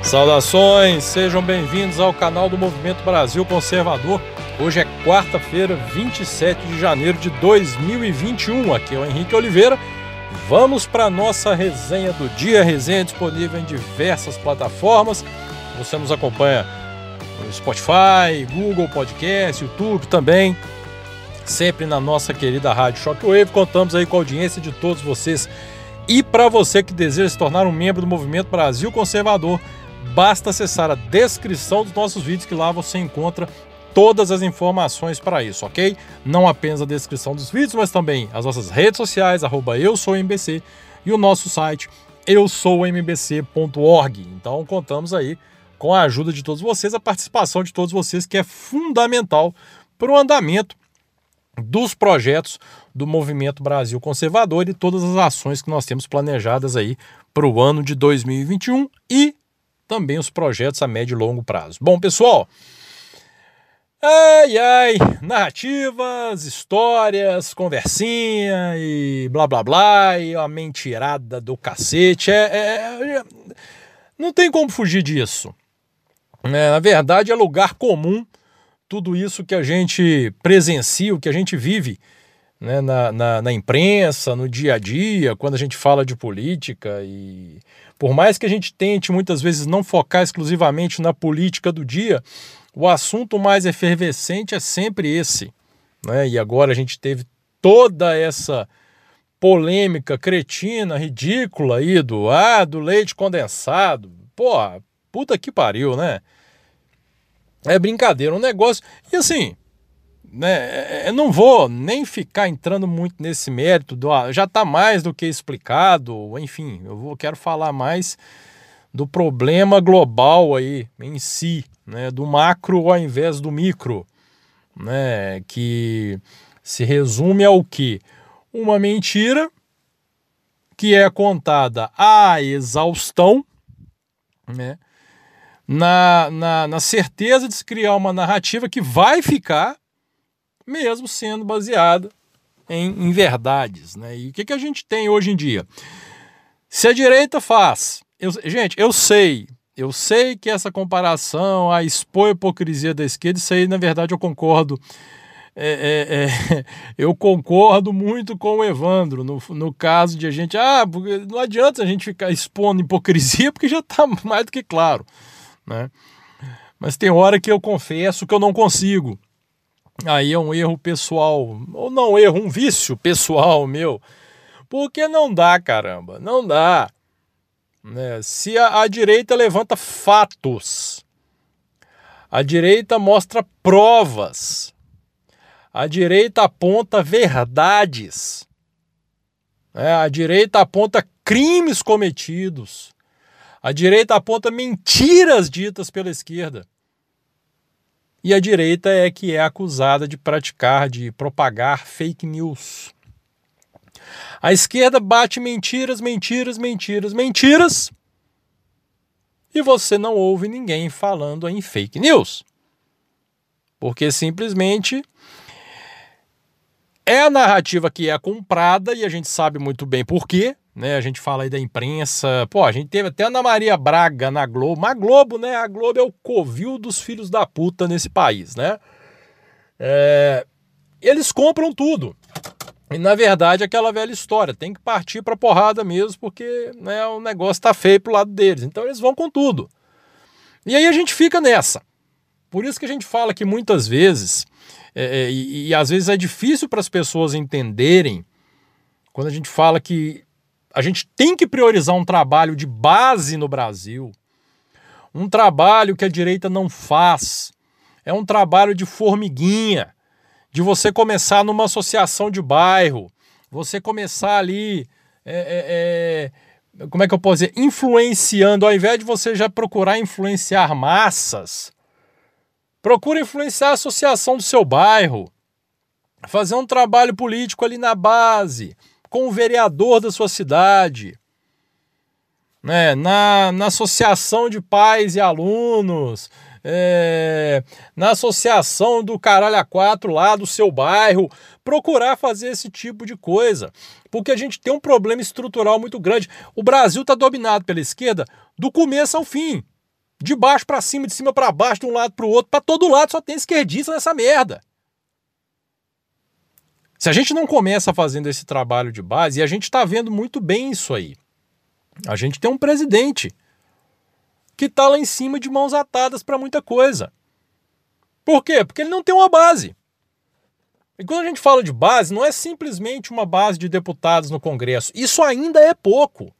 Saudações, sejam bem-vindos ao canal do Movimento Brasil Conservador. Hoje é quarta-feira, 27 de janeiro de 2021. Aqui é o Henrique Oliveira. Vamos para a nossa resenha do dia. Resenha disponível em diversas plataformas. Você nos acompanha no Spotify, Google Podcast, YouTube também. Sempre na nossa querida Rádio Shockwave. Contamos aí com a audiência de todos vocês. E para você que deseja se tornar um membro do Movimento Brasil Conservador, basta acessar a descrição dos nossos vídeos, que lá você encontra todas as informações para isso, ok? Não apenas a descrição dos vídeos, mas também as nossas redes sociais, @EuSouMBC, e o nosso site, eusoumbc.org. Então contamos aí com a ajuda de todos vocês, a participação de todos vocês, que é fundamental para o andamento dos projetos do Movimento Brasil Conservador e todas as ações que nós temos planejadas aí para o ano de 2021 e também os projetos a médio e longo prazo. Bom, pessoal, narrativas, histórias, conversinha e blá blá blá, e uma mentirada do cacete, não tem como fugir disso. Na verdade é lugar comum tudo isso que a gente presencia, o que a gente vive, né, na imprensa, no dia a dia, quando a gente fala de política. E por mais que a gente tente muitas vezes não focar exclusivamente na política do dia, o assunto mais efervescente é sempre esse, né? E agora a gente teve toda essa polêmica cretina, ridícula aí do leite condensado. Porra, puta que pariu, né? É brincadeira, um negócio. E assim, né, eu não vou nem ficar entrando muito nesse mérito, já está mais do que explicado. Enfim, quero falar mais do problema global aí em si, né, do macro ao invés do micro, né, que se resume ao quê? Uma mentira que é contada à exaustão, né, na certeza de se criar uma narrativa que vai ficar, mesmo sendo baseada em verdades, né? E o que a gente tem hoje em dia? Se a direita faz... Gente, eu sei que essa comparação expõe a hipocrisia da esquerda, isso aí, na verdade, eu concordo. Eu concordo muito com o Evandro, no caso de a gente... não adianta a gente ficar expondo hipocrisia, porque já está mais do que claro, né? Mas tem hora que eu confesso que eu não consigo. Aí é um erro pessoal, ou não erro, um vício pessoal meu, porque não dá, caramba, não dá, né? Se a direita levanta fatos, a direita mostra provas, a direita aponta verdades, né? A direita aponta crimes cometidos, a direita aponta mentiras ditas pela esquerda. E a direita é que é acusada de propagar fake news. A esquerda bate mentiras, e você não ouve ninguém falando em fake news. Porque simplesmente é a narrativa que é comprada, e a gente sabe muito bem por quê, né? A gente fala aí da imprensa. Pô, a gente teve até a Ana Maria Braga na Globo. Mas a Globo, né? A Globo é o covil dos filhos da puta nesse país, né? Eles compram tudo. E, na verdade, aquela velha história. Tem que partir pra porrada mesmo, porque, né, o negócio tá feio pro lado deles. Então eles vão com tudo. E aí a gente fica nessa. Por isso que a gente fala que muitas vezes, e às vezes é difícil para as pessoas entenderem, quando a gente fala que a gente tem que priorizar um trabalho de base no Brasil, um trabalho que a direita não faz, é um trabalho de formiguinha, de você começar numa associação de bairro, você começar ali, como é que eu posso dizer, influenciando, ao invés de você já procurar influenciar massas, procura influenciar a associação do seu bairro, fazer um trabalho político ali na base, com o vereador da sua cidade, né? Na associação de pais e alunos, na associação do caralho a quatro lá do seu bairro, procurar fazer esse tipo de coisa, porque a gente tem um problema estrutural muito grande. O Brasil está dominado pela esquerda do começo ao fim. De baixo para cima, de cima para baixo, de um lado para o outro, para todo lado só tem esquerdista nessa merda. Se a gente não começa fazendo esse trabalho de base, e a gente está vendo muito bem isso aí. A gente tem um presidente que está lá em cima de mãos atadas para muita coisa. Por quê? Porque ele não tem uma base. E quando a gente fala de base, não é simplesmente uma base de deputados no Congresso. Isso ainda é pouco.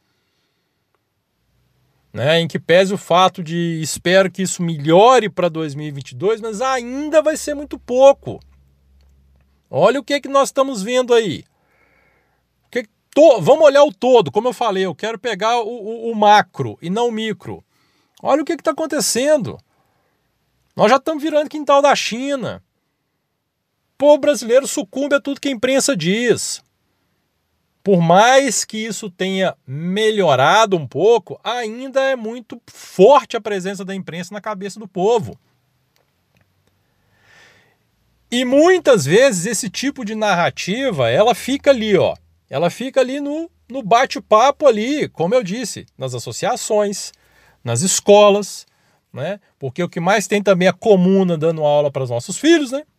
Né? Em que pese o fato de espero que isso melhore para 2022, mas ainda vai ser muito pouco. Olha o que nós estamos vendo aí. Vamos olhar o todo, como eu falei, eu quero pegar o macro e não o micro. Olha o que está acontecendo. Nós já estamos virando quintal da China. O povo brasileiro sucumbe a tudo que a imprensa diz. Por mais que isso tenha melhorado um pouco, ainda é muito forte a presença da imprensa na cabeça do povo. E muitas vezes esse tipo de narrativa, ela fica ali, ó. Ela fica ali no bate-papo ali, como eu disse, nas associações, nas escolas, né? Porque o que mais tem também é a comuna dando aula para os nossos filhos, né?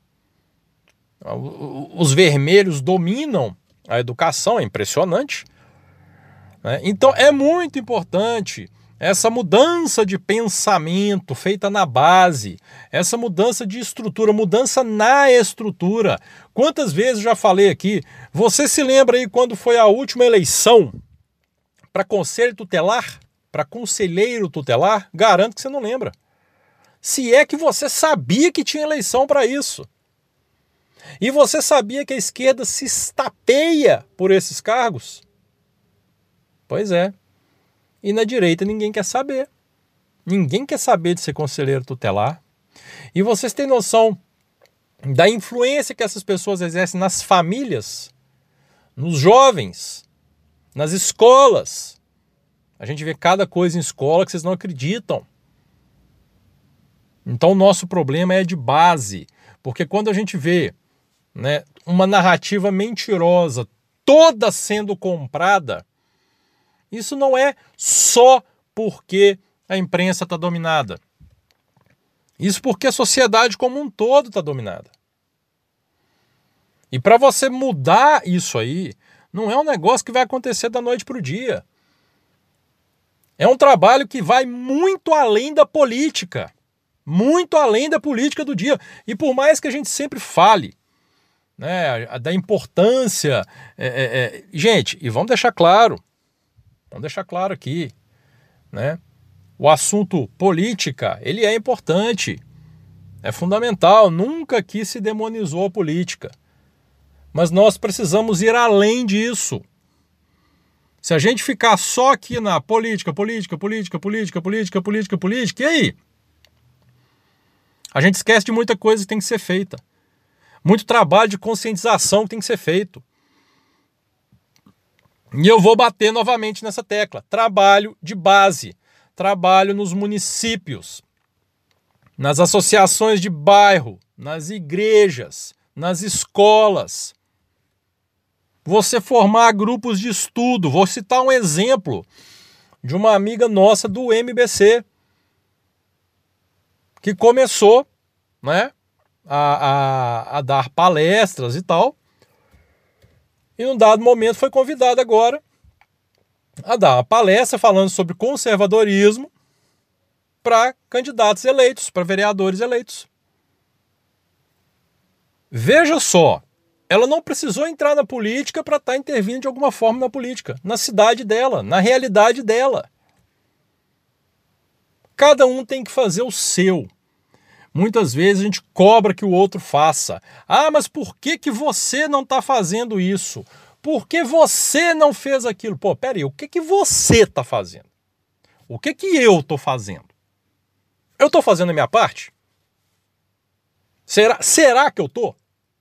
Os vermelhos dominam a educação, é impressionante. Né? Então é muito importante essa mudança de pensamento feita na base, essa mudança de estrutura, mudança na estrutura. Quantas vezes eu já falei aqui, você se lembra aí quando foi a última eleição para conselho tutelar? Para conselheiro tutelar? Garanto que você não lembra. Se é que você sabia que tinha eleição para isso. E você sabia que a esquerda se estapeia por esses cargos? Pois é. E na direita ninguém quer saber. Ninguém quer saber de ser conselheiro tutelar. E vocês têm noção da influência que essas pessoas exercem nas famílias, nos jovens, nas escolas. A gente vê cada coisa em escola que vocês não acreditam. Então o nosso problema é de base. Porque quando a gente vê, né, uma narrativa mentirosa toda sendo comprada, isso não é só porque a imprensa está dominada. Isso porque a sociedade como um todo está dominada. E para você mudar isso aí, não é um negócio que vai acontecer da noite para o dia. É um trabalho que vai muito além da política. Muito além da política do dia. E por mais que a gente sempre fale, né, da importância... gente, e vamos deixar claro aqui, né? O assunto política, ele é importante, é fundamental, nunca aqui se demonizou a política. Mas nós precisamos ir além disso. Se a gente ficar só aqui na política, e aí? A gente esquece de muita coisa que tem que ser feita. Muito trabalho de conscientização que tem que ser feito. E eu vou bater novamente nessa tecla. Trabalho de base. Trabalho nos municípios, nas associações de bairro, nas igrejas, nas escolas. Você formar grupos de estudo. Vou citar um exemplo de uma amiga nossa do MBC, que começou, né, a dar palestras e tal. E num dado momento foi convidada agora a dar uma palestra falando sobre conservadorismo para candidatos eleitos, para vereadores eleitos. Veja só, ela não precisou entrar na política para estar intervindo de alguma forma na política, na cidade dela, na realidade dela. Cada um tem que fazer o seu. Muitas vezes a gente cobra que o outro faça. Ah, mas por que você não está fazendo isso? Por que você não fez aquilo? Pô, peraí, o que você está fazendo? O que eu estou fazendo? Eu estou fazendo a minha parte? Será que eu estou?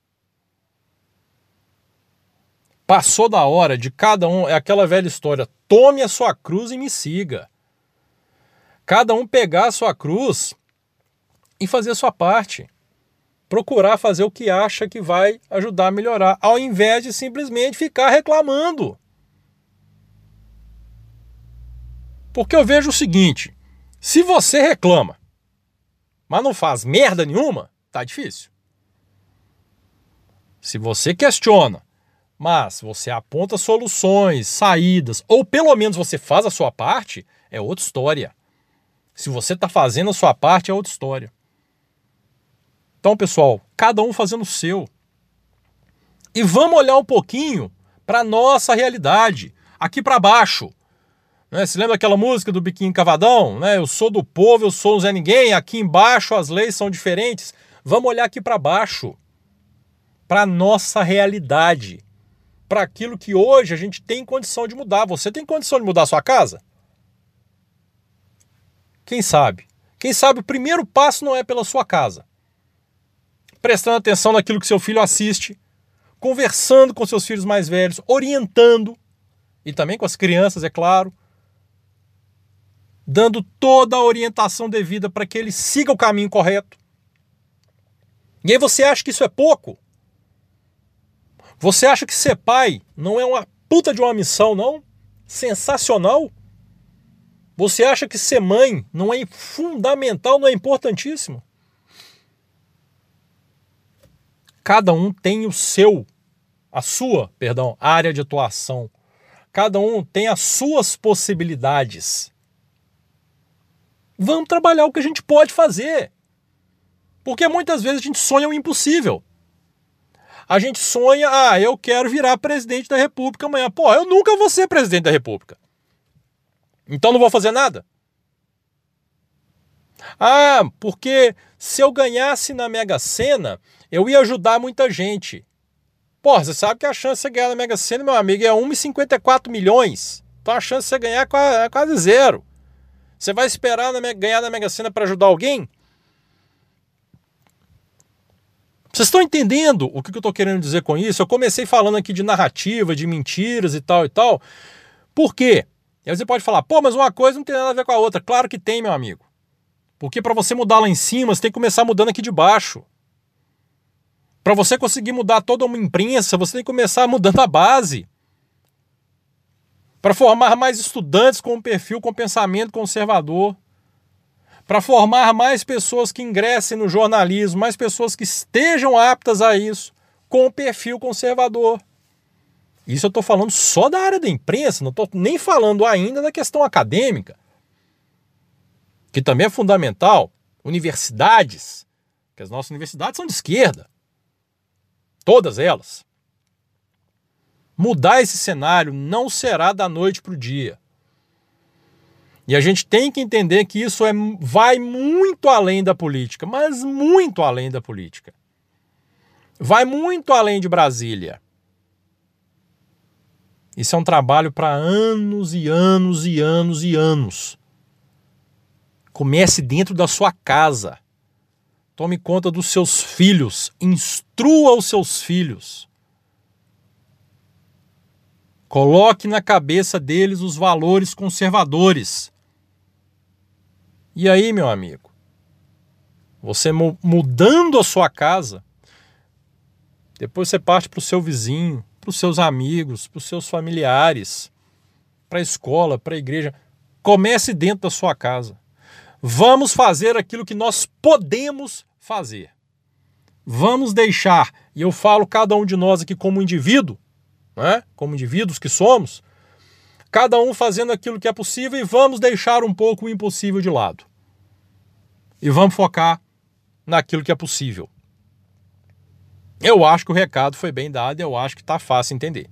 Passou da hora de cada um, é aquela velha história, tome a sua cruz e me siga. Cada um pegar a sua cruz e fazer a sua parte. Procurar fazer o que acha que vai ajudar a melhorar, ao invés de simplesmente ficar reclamando. Porque eu vejo o seguinte, Se você reclama, mas não faz merda nenhuma, tá difícil. Se você questiona, mas você aponta soluções, saídas, ou pelo menos você faz a sua parte, é outra história. Se você está fazendo a sua parte, é outra história. Então, pessoal, cada um fazendo o seu. E vamos olhar um pouquinho para a nossa realidade, aqui para baixo. Né? Se lembra daquela música do Biquinho Cavadão? Né? Eu sou do povo, eu sou o Zé Ninguém, aqui embaixo as leis são diferentes. Vamos olhar aqui para baixo, para a nossa realidade, para aquilo que hoje a gente tem condição de mudar. Você tem condição de mudar a sua casa? Quem sabe? Quem sabe o primeiro passo não é pela sua casa. Prestando atenção naquilo que seu filho assiste, conversando com seus filhos mais velhos, orientando, e também com as crianças, é claro, dando toda a orientação devida para que ele siga o caminho correto. E aí você acha que isso é pouco? Você acha que ser pai não é uma puta de uma missão, não? Sensacional? Você acha que ser mãe não é fundamental, não é importantíssimo? Cada um tem a sua área de atuação. Cada um tem as suas possibilidades. Vamos trabalhar o que a gente pode fazer. Porque muitas vezes a gente sonha o impossível. A gente sonha, eu quero virar presidente da República amanhã. Pô, eu nunca vou ser presidente da República. Então não vou fazer nada? Porque se eu ganhasse na Mega Sena, eu ia ajudar muita gente. Pô, você sabe que a chance de você ganhar na Mega Sena, meu amigo, é 1,54 milhões. Então a chance de você ganhar é quase zero. Você vai esperar ganhar na Mega Sena para ajudar alguém? Vocês estão entendendo o que eu estou querendo dizer com isso? Eu comecei falando aqui de narrativa, de mentiras e tal e tal. Por quê? E aí você pode falar, mas uma coisa não tem nada a ver com a outra. Claro que tem, meu amigo. Porque para você mudar lá em cima, você tem que começar mudando aqui de baixo. Para você conseguir mudar toda uma imprensa, você tem que começar mudando a base. Para formar mais estudantes com um perfil, com pensamento conservador. Para formar mais pessoas que ingressem no jornalismo, mais pessoas que estejam aptas a isso, com um perfil conservador. Isso eu estou falando só da área da imprensa, não estou nem falando ainda da questão acadêmica, que também é fundamental. Universidades, que as nossas universidades são de esquerda. Todas elas. Mudar esse cenário não será da noite para o dia. E a gente tem que entender que isso vai muito além da política, mas muito além da política. Vai muito além de Brasília. Isso é um trabalho para anos e anos e anos e anos. Comece dentro da sua casa. Tome conta dos seus filhos. Instrua os seus filhos. Coloque na cabeça deles os valores conservadores. E aí, meu amigo, você mudando a sua casa, depois você parte para o seu vizinho, para os seus amigos, para os seus familiares, para a escola, para a igreja. Comece dentro da sua casa. Vamos fazer aquilo que nós podemos fazer. Vamos deixar, e eu falo cada um de nós aqui como indivíduo, né? Como indivíduos que somos, cada um fazendo aquilo que é possível e vamos deixar um pouco o impossível de lado. E vamos focar naquilo que é possível. Eu acho que o recado foi bem dado e eu acho que está fácil entender.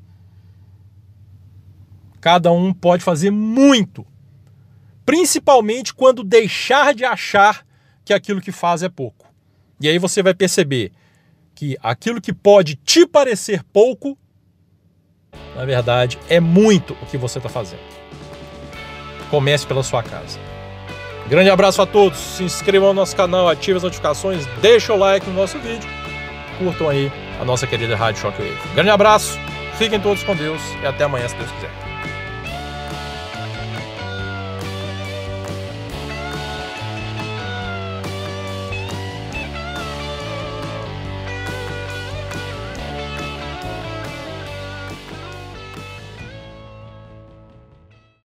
Cada um pode fazer muito, principalmente quando deixar de achar que aquilo que faz é pouco. E aí você vai perceber que aquilo que pode te parecer pouco, na verdade, é muito o que você está fazendo. Comece pela sua casa. Grande abraço a todos. Se inscrevam no nosso canal, ativem as notificações, deixem o like no nosso vídeo. Curtam aí a nossa querida Rádio Shockwave. Grande abraço, fiquem todos com Deus e até amanhã, se Deus quiser.